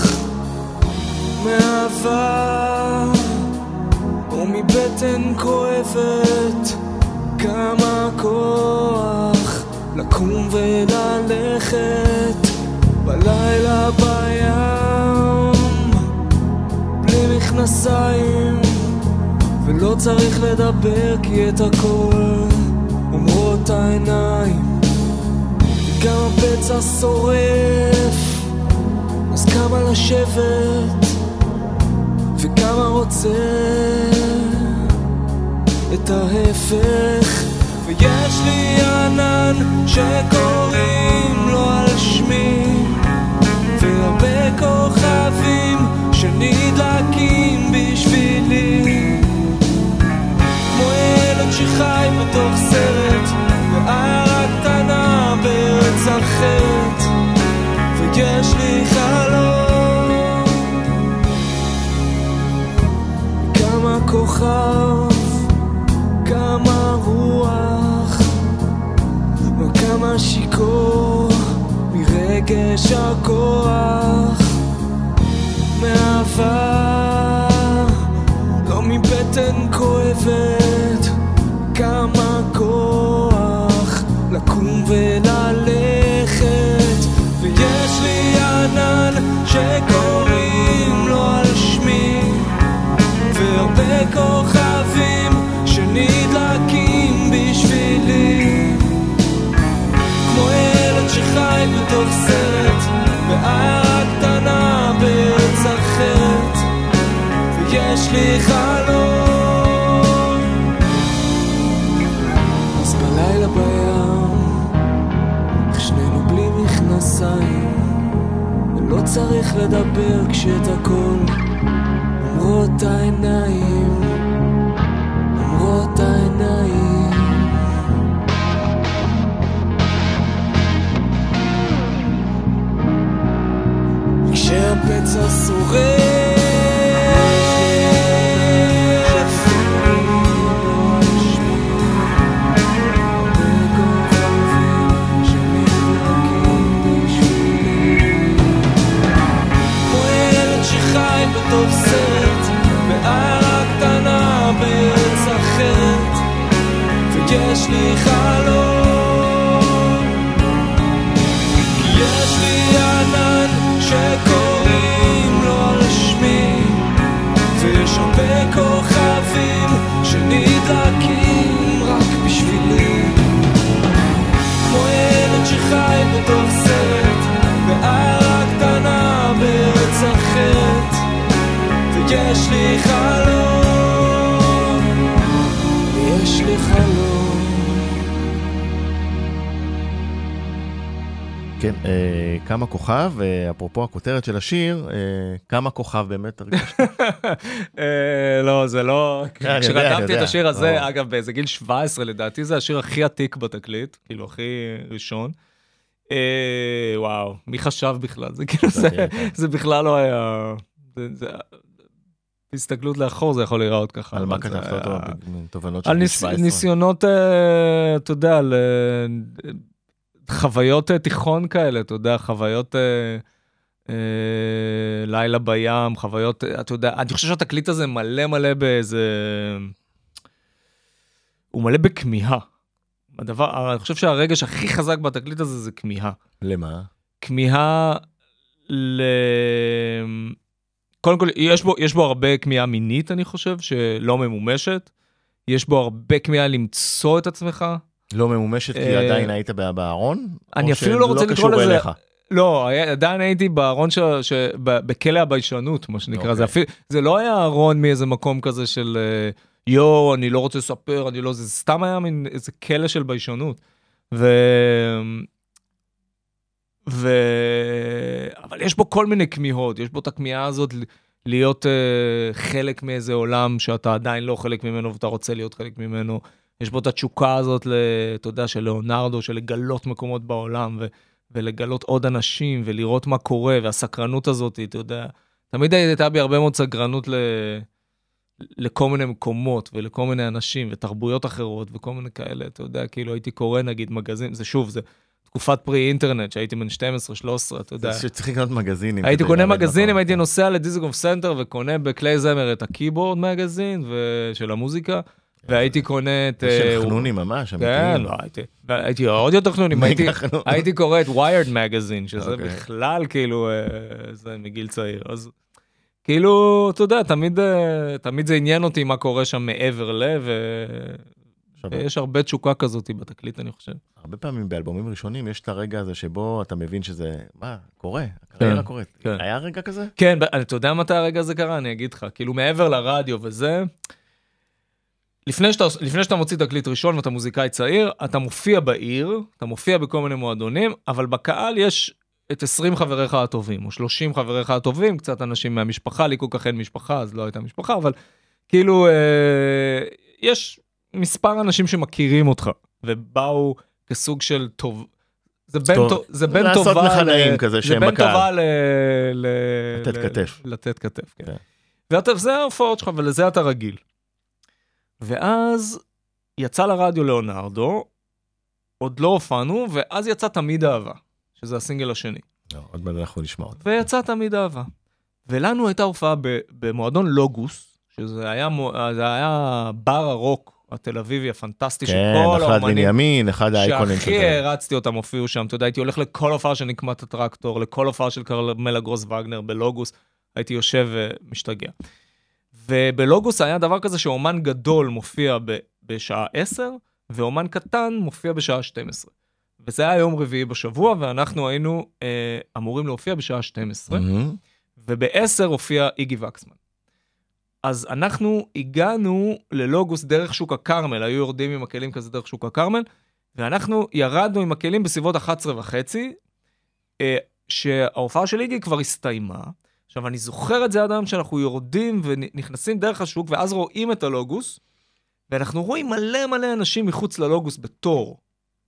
מאהבה ומבטן כואבת, כמה כוח לקום וללכת בלילה בים בלי מכנסיים, ולא צריך לדבר כי את הכל אומרות העיניים. גם הפצע שורף, אז כמה לשבת וכמה רוצה את ההפך. ויש לי ענן שקוראים לו על שמי, והרבה כוכבים שנדלקים בשבילי, כמו ילד שחי בתוך סרט בעיירה קטנה בארץ אחרת. ויש לי חלום, כמה כוכב, כמה רוח, וכמה שיקור מרגש הכוח, מאהבה לא מבטן כואבת, כמה כוח לקום וללכת. ויש לי ענן שקוראים לו על שמי, והרבה כוכבים שנדלקים בשבילי, כמו ילד שחי בתוך סרט בעיירה קטנה בארץ אחרת. ויש לי חלום, אז בלילה בים שנינו בלי מכנסיים, ולא צריך לדבר כשאת הכל אומרות העיניים, אומרות העיניים. כשהפצע שורף, וכוכבים שנדלקים בשבילי, בערה קטנה בארץ אחרת, ויש לי חלום, יש לי חלום. כן, אה, כמה כוכב, אה, אפרופו הכותרת של השיר, אה, כמה כוכב באמת הרגשת? אה, לא, זה לא... אני יודע, אני כשכתבתי את יודע. השיר הזה, או. אגב, באיזה גיל שבע עשרה לדעתי, זה השיר הכי עתיק בתקליט, כאילו הכי ראשון. אה, וואו, מי חשב בכלל? זה כאילו, זה, כן. זה בכלל לא היה... זה, זה... בהסתכלות לאחור זה יכול להיראות ככה. על מה אבל זה כתבת אותו? היה- תובנות של על גיל ניס, שבע עשרה? ניסיונות, אה, אתה יודע, על אה, חוויות אה, תיכון כאלה, אתה יודע, חוויות אה, אה, לילה בים, חוויות, אה, אתה יודע, אני חושב שהתקליט הזה מלא מלא באיזה... הוא מלא בכמיהה. הדבר, אני חושב שהרגש הכי חזק בתקליט הזה זה כמיהה. למה? כמיהה ל... קודם כל, יש בו, יש בו הרבה כמיהה מינית, אני חושב, שלא ממומשת. יש בו הרבה כמיהה למצוא את עצמך. לא ממומשת כי אה, עדיין היית בארון? אני או אפילו לא רוצה שזה לקרוא קשור לזה... אליך? לא, היה- עדיין הייתי בארון ש... ש... ב- בכלא הביישנות, מה שנקרא. אוקיי. זה, אפילו... זה לא היה ארון מאיזה מקום כזה של אה, יו, אני לא רוצה לספר, אני לא... זה סתם היה מין איזה כלא של ביישנות. ו... ו... אבל יש בו כל מיני כמיהות, יש בו את הכמיהה הזאת ל- להיות uh, חלק מאיזה עולם שאתה עדיין לא חלק ממנו ואתה רוצה להיות חלק ממנו. יש בו את התשוקה הזאת, ל- אתה יודע, של ליאונרדו, של לגלות מקומות בעולם ו- ולגלות עוד אנשים ולראות מה קורה, והסקרנות הזאת, אתה יודע, תמיד הייתה בי הרבה מאוד סקרנות ל... לכל מיני מקומות ולכל מיני אנשים ותרבויות אחרות וכל מיני כאלה, אתה יודע, כאילו הייתי קורא נגיד מגזין, זה שוב, זה תקופת פרי אינטרנט, שהייתי בן שתים עשרה שלוש עשרה, אתה יודע. זה שצריך לקנות מגזינים. הייתי כדי קונה ללמד מגזינים, מקום. הייתי נוסע לדיזנגוף סנטר וקונה בכלי זמר את הקיבורד מגזין של המוזיקה, והייתי קונה את... זה של אה, חנוני ממש, כן, אמיתיים. לא, הייתי, הייתי עוד יותר חנונים, הייתי, מגה חנון. הייתי קורא את Wired Magazine, שזה אוקיי. בכלל כאילו, אה, זה מגיל צעיר, אז כאילו, אתה יודע, תמיד, אה, תמיד זה עניין אותי מה קורה שם מעבר לב, שווה. ויש הרבה תשוקה כזאת בתקליט, אני חושב. הרבה פעמים באלבומים ראשונים יש את הרגע הזה שבו אתה מבין שזה, מה, קורה, הקריירה כן, קורית. כן. היה רגע כזה? כן, ב- אתה יודע מתי הרגע הזה קרה? אני אגיד לך, כאילו מעבר לרדיו וזה, לפני שאתה, לפני שאתה מוציא תקליט ראשון ואתה מוזיקאי צעיר, אתה מופיע בעיר, אתה מופיע בכל מיני מועדונים, אבל בקהל יש את עשרים חבריך הטובים, או שלושים חבריך הטובים, קצת אנשים מהמשפחה, לי כל כך אין משפחה, אז לא הייתה משפחה, אבל כאילו, אה, יש מספר אנשים שמכירים אותך, ובאו כסוג של טוב, זה בין, טוב, טוב, זה בין לעשות טובה, לך נעים כזה שהם זה בין בקהל. טובה ל... ל... לתת ל- כתף. לתת כתף, כן. כן. ואתה, זה ההופעות שלך, ולזה אתה רגיל. ואז יצא לרדיו ליאונרדו, עוד לא הופענו, ואז יצא תמיד אהבה, שזה הסינגל השני. לא, עוד מעט אנחנו נשמע אותו. ויצא תמיד אהבה. ולנו הייתה הופעה ב- במועדון לוגוס, שזה היה, מו- זה היה בר הרוק התל אביבי הפנטסטי, כן, שכל אחד האומנים בנימין, אחד האייקונים של שהכי זה. הרצתי אותם הופיעו שם, אתה יודע, הייתי הולך לכל הופעה של נקמת הטרקטור, לכל הופעה של קרמלה גרוס וגנר בלוגוס, הייתי יושב ומשתגע. ובלוגוס היה דבר כזה שאומן גדול מופיע ב- בשעה עשר, ואומן קטן מופיע בשעה שתים עשרה. וזה היה יום רביעי בשבוע, ואנחנו היינו אה, אמורים להופיע בשעה שתים עשרה, מהמם. וב-עשר הופיע איגי וקסמן. אז אנחנו הגענו ללוגוס דרך שוק הכרמל, היו יורדים עם הכלים כזה דרך שוק הכרמל, ואנחנו ירדנו עם הכלים בסביבות אחת עשרה וחצי, אה, שההופעה של איגי כבר הסתיימה. עכשיו, אני זוכר את זה עד היום שאנחנו יורדים ונכנסים דרך השוק, ואז רואים את הלוגוס, ואנחנו רואים מלא מלא אנשים מחוץ ללוגוס בתור.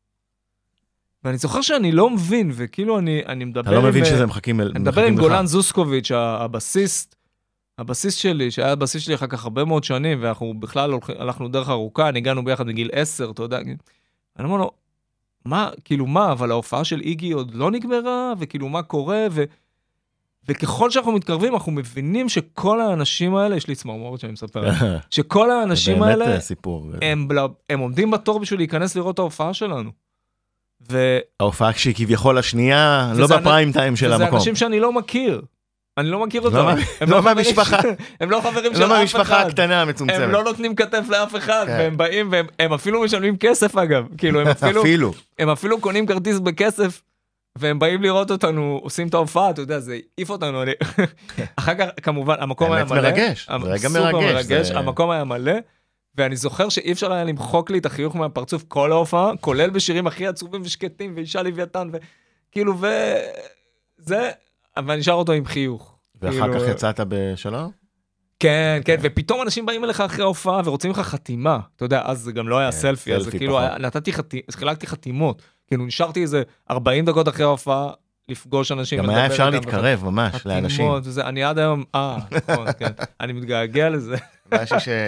ואני זוכר שאני לא מבין, וכאילו אני, אני מדבר אתה לא מבין עם... שזה מחכים אני מדבר עם גולן זוסקוביץ', הבסיסט, הבסיסט שלי, שהיה הבסיסט שלי אחר כך הרבה מאוד שנים, ואנחנו בכלל הולכים, הלכנו דרך ארוכה, הגענו ביחד מגיל עשר, אתה יודע, אני אומר לו, מה, כאילו מה, אבל ההופעה של איגי עוד לא נגמרה, וכאילו מה קורה, ו... וככל שאנחנו מתקרבים, אנחנו מבינים שכל האנשים האלה, יש לי צמרמורת שאני מספר, שכל האנשים האלה, באמת סיפור. הם, הם עומדים בתור בשביל להיכנס לראות את ההופעה שלנו. ו... ההופעה כשהיא כביכול השנייה, לא וזה בפריים טיים של וזה המקום. אנשים שאני לא מכיר. אני לא מכיר אותם. לא מה- הם לא חברים מהמשפחה. של- הם לא חברים של לא אף אחד. מהמשפחה הקטנה המצומצמת. הם לא נותנים כתף לאף אחד, כן. והם באים, והם הם אפילו משלמים כסף אגב. כאילו, הם אפילו, אפילו. הם אפילו קונים כרטיס בכסף, והם באים לראות אותנו, עושים את ההופעה, אתה יודע, זה העיף אותנו. אחר כך, כמובן, המקום היה מלא. מרגש, זה רגע מרגש. המקום היה מלא, ואני זוכר שאי אפשר היה למחוק לי את החיוך מהפרצוף כל ההופעה, כולל בשירים הכי עצובים ושקטים, ואישה לוויתן, וכאילו, וזה, אבל נשאר אותו עם חיוך. ואחר כך יצאת בשלום? כן, כן, ופתאום אנשים באים אליך אחרי ההופעה ורוצים לך חתימה, אתה יודע, אז זה גם לא היה סלפי, אז כאילו נתתי חתימות, חילקתי חתימות, כאילו נשארתי איזה ארבעים דקות אחרי ההופעה לפגוש אנשים. גם היה אפשר להתקרב ממש לאנשים. אני עד היום, אה, נכון, כן, אני מתגעגע לזה. משהו ש...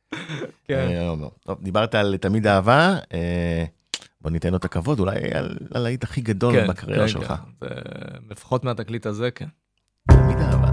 דיברת על תמיד אהבה, בוא ניתן לו את הכבוד, אולי על הלהיט הכי גדול בקריירה שלך. לפחות מהתקליט הזה, כן. תמיד אהבה.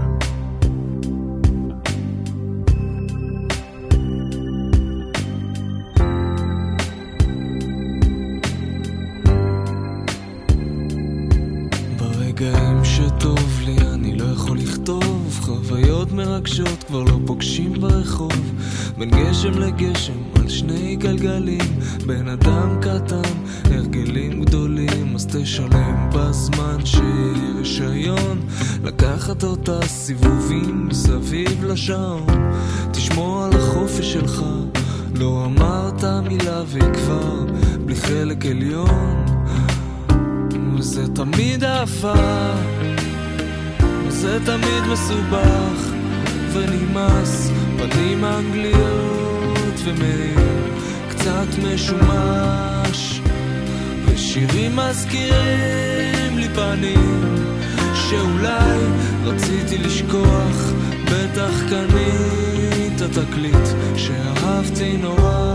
ברגעים שטוב לי אני לא יכול לכתוב, חוויות מרגשות כבר לא פוגשים ברחוב, בין גשם לגשם על שני גלגלים, בן אדם קטן הרגלים גדולים, אז תשלם בזמן שיהיה רישיון לקחת אותה סיבובים מסביב לשעון, תשמור על החופש שלך, לא אמרת מילה וכבר בלי חלק עליון, וזה תמיד אהבה, וזה תמיד מסובך ונמאס, פנים אנגליות ומאיר קצת משומש, ושירים מזכירים לי פנים שאולי רציתי לשכוח, בטח קנית התקליט שאהבתי נורא,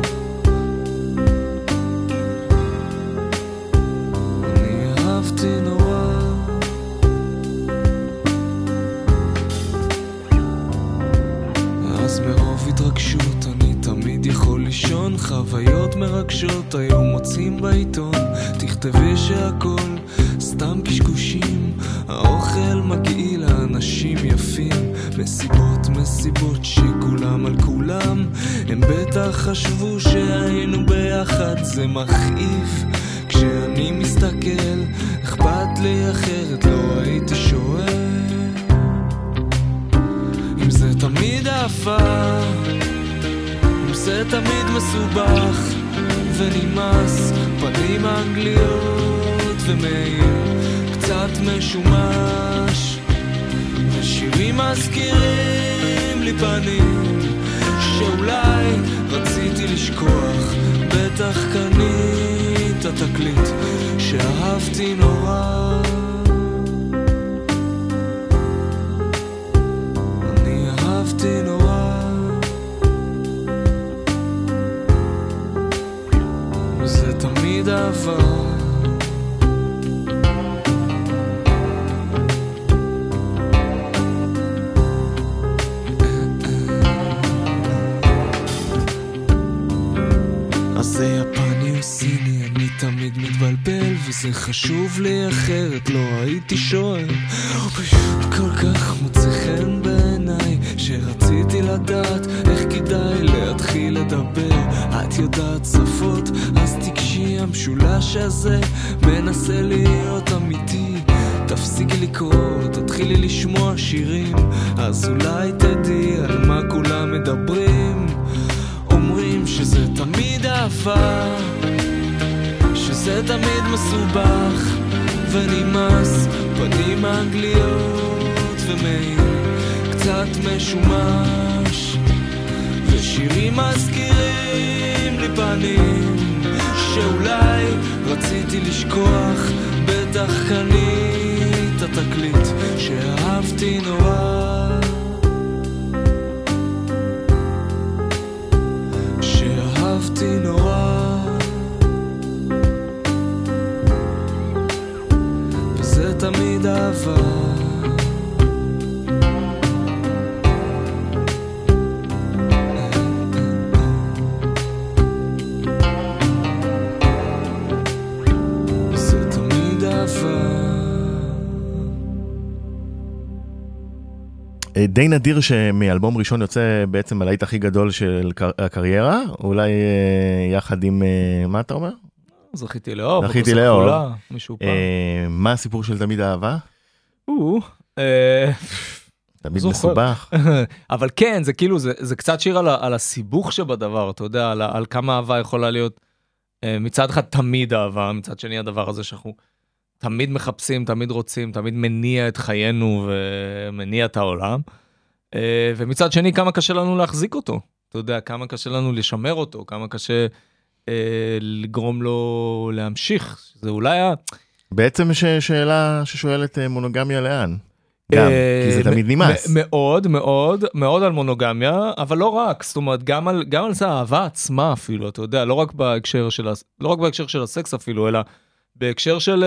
נורא. אז מרוב התרגשות אני תמיד יכול לישון, חוויות מרגשות היום מוצאים בעיתון, תכתבי שהכל סתם קשקושים, האוכל מגעיל לאנשים יפים, מסיבות מסיבות שכולם על כולם, הם בטח חשבו שהיינו ביחד, זה מכאיב כשאני מסתכל, אכפת לי אחרת לא הייתי שואל, אם זה תמיד אהבה, אם זה תמיד מסובך ונמאס, פנים אנגליות ומאיר קצת משומש, ושירים מזכירים לי פנים שאולי רציתי לשכוח, בטח קנית התקליט שאהבתי נורא, אני אהבתי נורא, וזה תמיד אהבה, זה יפני או סיני, אני תמיד מתבלבל וזה חשוב לי אחרת לא הייתי שואל, פשוט כל כך מוצא חן בעיניי שרציתי לדעת איך כדאי להתחיל לדבר, את יודעת שפות אז תקשי, המשולש הזה מנסה להיות אמיתי, תפסיקי לקרוא, תתחילי לשמוע שירים, אז אולי תדעי על מה כולם מדברים, אומרים שזה תמיד אהבה, שזה תמיד מסובך ונמאס, פנים אנגליות ומאיר קצת משומש, ושירים מזכירים לי פנים שאולי רציתי לשכוח, בטח קנית התקליט שאהבתי נורא, שאהבתי נורא, וזה תמיד אהבה, זה תמיד אהבה. די נדיר שמאלבום ראשון יוצא בעצם הלהיט הכי גדול של הקריירה, אולי יחד עם, מה אתה אומר? זכיתי לאהוב. זכיתי לאהוב. מישהו פעם. מה הסיפור של תמיד אהבה? או, תמיד זוכר. מסובך. אבל כן, זה כאילו, זה, זה קצת שיר על, ה- על הסיבוך שבדבר, אתה יודע, על, ה- על כמה אהבה יכולה להיות, אה, מצד אחד תמיד אהבה, מצד שני הדבר הזה שאנחנו תמיד מחפשים, תמיד רוצים, תמיד מניע את חיינו ומניע את העולם, אה, ומצד שני כמה קשה לנו להחזיק אותו, אתה יודע, כמה קשה לנו לשמר אותו, כמה קשה אה, לגרום לו להמשיך, זה אולי ה... בעצם ש- שאלה ששואלת אה, מונוגמיה לאן? גם, כי זה תמיד נמאס. מאוד, מאוד, מאוד על מונוגמיה, אבל לא רק, זאת אומרת, גם על, גם על זה האהבה עצמה אפילו, אתה יודע, לא רק בהקשר של, לא רק בהקשר של הסקס אפילו, אלא בהקשר של,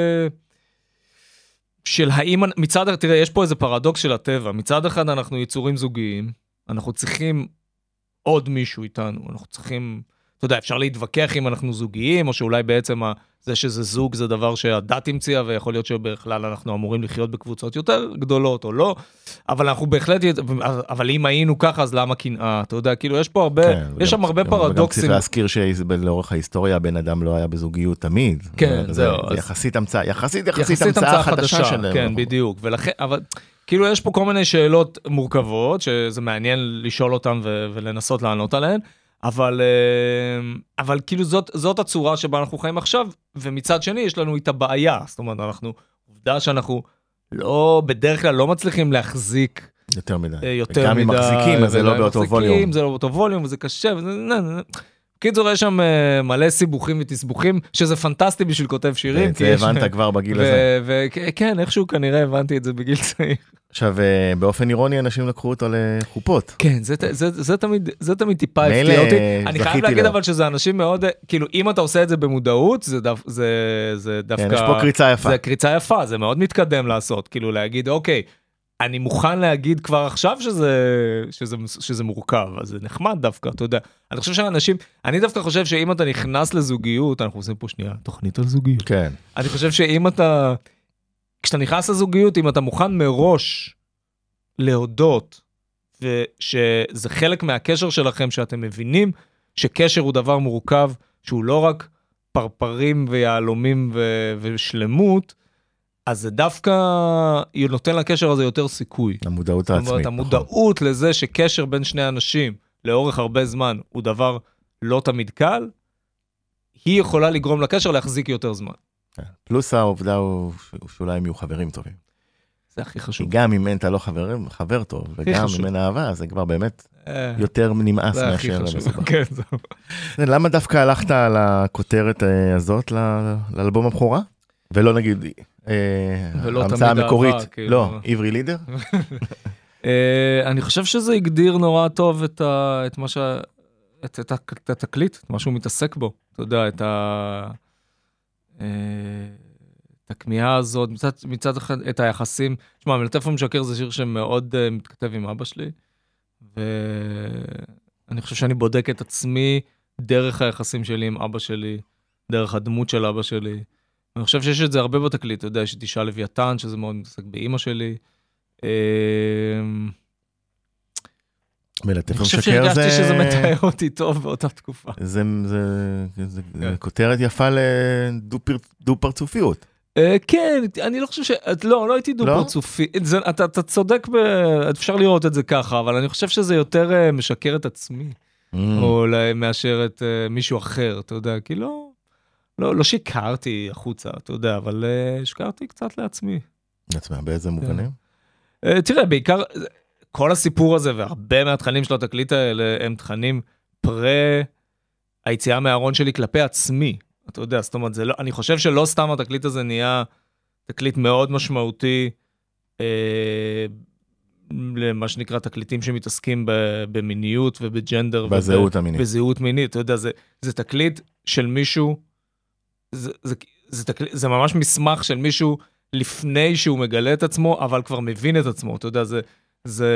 של האם, מצד, תראה, יש פה איזה פרדוקס של הטבע, מצד אחד אנחנו יצורים זוגיים, אנחנו צריכים עוד מישהו איתנו, אנחנו צריכים, אתה יודע, אפשר להתווכח אם אנחנו זוגיים, או שאולי בעצם זה שזה זוג זה דבר שהדת המציאה, ויכול להיות שבכלל אנחנו אמורים לחיות בקבוצות יותר גדולות או לא, אבל אנחנו בהחלט, אבל אם היינו ככה, אז למה קנאה? אתה יודע, כאילו יש פה הרבה, כן, יש שם הרבה פרדוקסים. וגם צריך להזכיר שלאורך ההיסטוריה, בן אדם לא היה בזוגיות תמיד. כן, זה, זהו. זה אז... יחסית המצאה, יחסית, יחסית, יחסית המצאה חדשה שלהם. כן, בדיוק. ולכן, אבל כאילו יש פה כל מיני שאלות מורכבות, שזה מעניין לשאול אותן ו- ולנסות לענות עליהן, אבל, אבל כאילו זאת, זאת הצורה שבה אנחנו חיים עכשיו, ומצד שני יש לנו איתה בעיה, זאת אומרת, אנחנו, עובדה שאנחנו לא, בדרך כלל לא מצליחים להחזיק יותר מדי. יותר וגם אם מדי, מחזיקים, אז זה לא באותו ווליום. זה לא באותו ווליום, וזה קשה, וזה... קיצור, יש שם מלא סיבוכים ותסבוכים, שזה פנטסטי בשביל כותב שירים. זה הבנת כבר בגיל הזה. וכן, איכשהו כנראה הבנתי את זה בגיל צעיר. עכשיו, באופן אירוני, אנשים לקחו אותו לחופות. כן, זה תמיד, זה תמיד טיפה הפתיע אותי. אני חייב להגיד אבל שזה אנשים מאוד, כאילו, אם אתה עושה את זה במודעות, זה דווקא... כן, יש פה קריצה יפה. זה קריצה יפה, זה מאוד מתקדם לעשות, כאילו להגיד, אוקיי, אני מוכן להגיד כבר עכשיו שזה, שזה, שזה מורכב, אז זה נחמד דווקא, אתה יודע. אני חושב שאנשים, אני דווקא חושב שאם אתה נכנס לזוגיות, אנחנו עושים פה שנייה תוכנית על זוגיות. כן. אני חושב שאם אתה, כשאתה נכנס לזוגיות, אם אתה מוכן מראש להודות, ושזה חלק מהקשר שלכם, שאתם מבינים שקשר הוא דבר מורכב, שהוא לא רק פרפרים ויעלומים ו- ושלמות, אז זה דווקא נותן לקשר הזה יותר סיכוי. המודעות העצמית. זאת אומרת, המודעות לזה שקשר בין שני אנשים לאורך הרבה זמן הוא דבר לא תמיד קל, היא יכולה לגרום לקשר להחזיק יותר זמן. פלוס העובדה הוא שאולי הם יהיו חברים טובים. זה הכי חשוב. גם אם אין אתה לא חבר, חבר טוב, וגם אם אין אהבה, זה כבר באמת יותר נמאס מאשר מסובך. כן, זהו. למה דווקא הלכת על הכותרת הזאת לאלבום הבכורה? ולא נגיד... המצאה המקורית, לא, עברי לידר? אני חושב שזה הגדיר נורא טוב את מה ש... את התקליט, את מה שהוא מתעסק בו, אתה יודע, את ה... את הכמיהה הזאת, מצד אחד, את היחסים, תשמע, מלטף ומשקר זה שיר שמאוד מתכתב עם אבא שלי, ואני חושב שאני בודק את עצמי דרך היחסים שלי עם אבא שלי, דרך הדמות של אבא שלי, אני חושב שיש את זה הרבה בתקליט, אתה יודע, יש את אישה לוויתן, שזה מאוד מתעסק באמא שלי. מלטף אני חושב ומשקר שהרגשתי שזה מתאר אותי טוב באותה תקופה. זה כותרת יפה לדו פרצופיות. כן, אני לא חושב ש... לא, לא הייתי דו פרצופי. אתה צודק, אפשר לראות את זה ככה, אבל אני חושב שזה יותר משקר את עצמי, או מאשר את מישהו אחר, אתה יודע, כי לא... לא, לא שיקרתי החוצה, אתה יודע, אבל uh, שקרתי קצת לעצמי. לעצמי, באיזה מובנים? Uh, תראה, בעיקר, כל הסיפור הזה, והרבה מהתכנים של התקליט האלה, הם תכנים פרה היציאה מהארון שלי כלפי עצמי. אתה יודע, זאת אומרת, זה לא, אני חושב שלא סתם התקליט הזה נהיה תקליט מאוד משמעותי, אה, למה שנקרא תקליטים שמתעסקים במיניות ובג'נדר. בזהות המינית. בזהות מינית, אתה יודע, זה, זה תקליט של מישהו, זה, זה, זה, תקליט, זה ממש מסמך של מישהו לפני שהוא מגלה את עצמו, אבל כבר מבין את עצמו, אתה יודע, זה, זה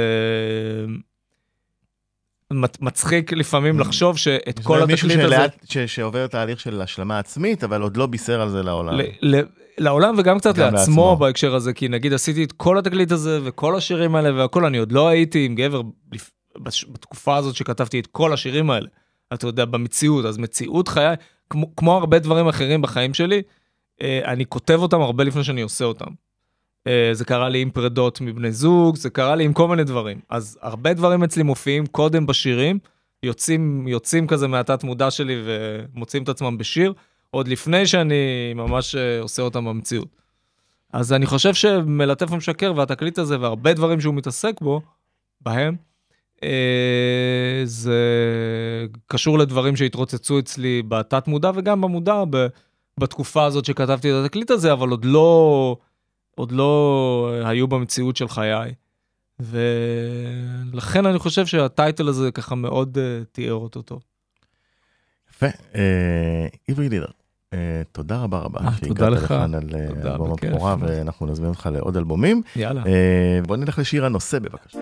מצחיק לפעמים לחשוב שאת כל התקליט הזה... ש, שעובר תהליך של השלמה עצמית, אבל עוד לא בישר על זה לעולם. ל, ל, לעולם וגם קצת לעצמו, לעצמו בהקשר הזה, כי נגיד עשיתי את כל התקליט הזה, וכל השירים האלה והכל, אני עוד לא הייתי עם גבר בתקופה הזאת שכתבתי את כל השירים האלה, אתה יודע, במציאות, אז מציאות חיי, כמו, כמו הרבה דברים אחרים בחיים שלי, אני כותב אותם הרבה לפני שאני עושה אותם. זה קרה לי עם פרדות מבני זוג, זה קרה לי עם כל מיני דברים. אז הרבה דברים אצלי מופיעים קודם בשירים, יוצאים, יוצאים כזה מהתת מודע שלי ומוצאים את עצמם בשיר, עוד לפני שאני ממש עושה אותם במציאות. אז אני חושב שמלטף ומשקר והתקליט הזה והרבה דברים שהוא מתעסק בו, בהם, זה קשור לדברים שהתרוצצו אצלי בתת מודע וגם במודע בתקופה הזאת שכתבתי את התקליט הזה, אבל עוד לא, עוד לא היו במציאות של חיי. ולכן אני חושב שהטייטל הזה ככה מאוד תיאר אותו טוב. יפה. עברי לידר, תודה רבה רבה שהגעת לכאן על אלבום הבכורה, ואנחנו נזמין אותך לעוד אלבומים. יאללה. בוא נלך לשיר הנושא בבקשה.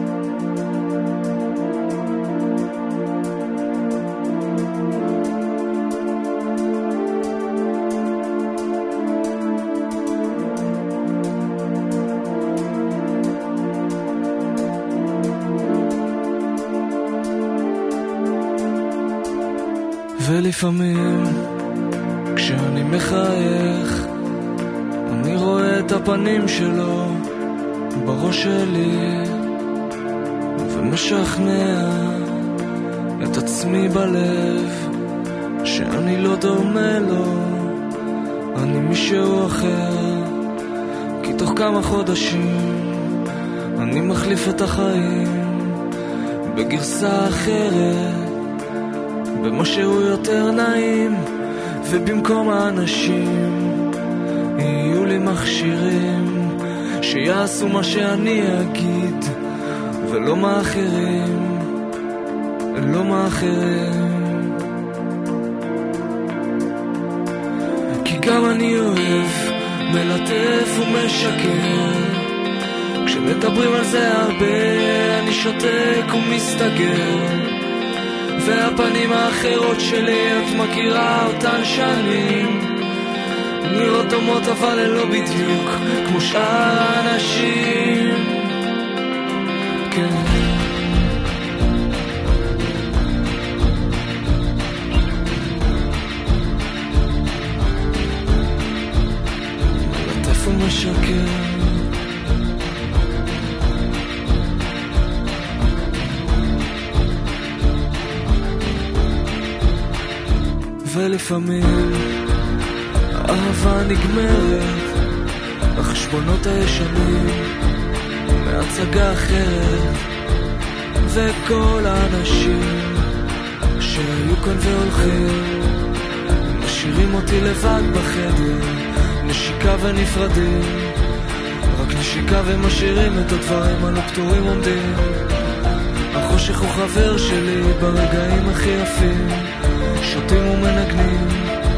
ולפעמים כשאני מחייך אני רואה את הפנים שלו בראש שלי ומשכנע את עצמי בלב שאני לא דומה לו, אני מישהו אחר, כי תוך כמה חודשים אני מחליף את החיים בגרסה אחרת, במשהו יותר נעים, ובמקום האנשים יהיו לי מכשירים שיעשו מה שאני אגיד ולא מה אחרים, לא מה אחרים. כי גם אני אוהב מלטף ומשקר, כשמדברים על זה הרבה אני שותק ומסתגר, והפנים האחרות שלי את מכירה אותן שנים, נראות דומות אבל לא בדיוק כמו שאר האנשים. כן, מלטף ומשקר, ולפעמים האהבה נגמרת, החשבונות הישנים מהצגה אחרת, וכל האנשים שהיו כאן והולכים משאירים אותי לבד בחדר, נשיקה ונפרדים, רק נשיקה ומשאירים את הדברים הלא פתורים עומדים. החושך הוא חבר שלי ברגעים הכי יפים, שותים ומנגנים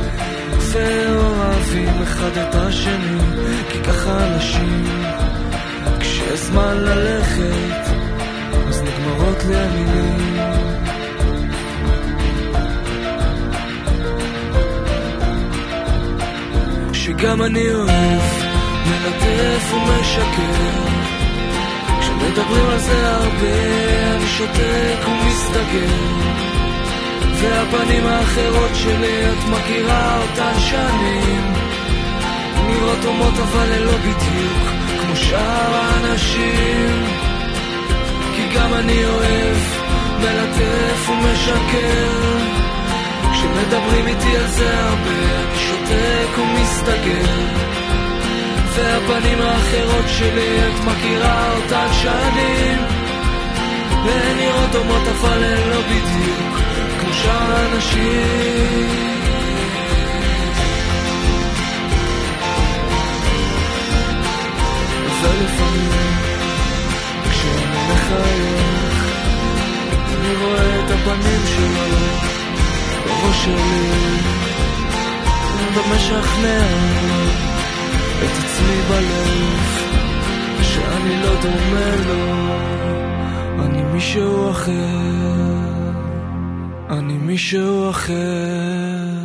ואוהבים אחד את השני, כי ככה אנשים כשזמן ללכת אז נגמרות לי המילים. שגם אני אוהב מלטף ומשקר, כשמדברים על זה הרבה אני שותק ומסתגר, והפנים האחרות שלי את מכירה אותן שנים, נראות דומות אבל לא בדיוק כמו שאר האנשים. כי גם אני אוהב מלטף ומשקר, כשמדברים איתי על זה הרבה אני שותק ומסתגר, והפנים האחרות שלי את מכירה אותן שנים, והן נראות דומות אבל לא בדיוק כמו שאר האנשים. ולפעמים כשאני מחייך אני רואה את הפנים שלו בראש שלי, ומשכנע את עצמי בלב שאני לא דומה לו, אני מישהו אחר, אני מישהו אחר.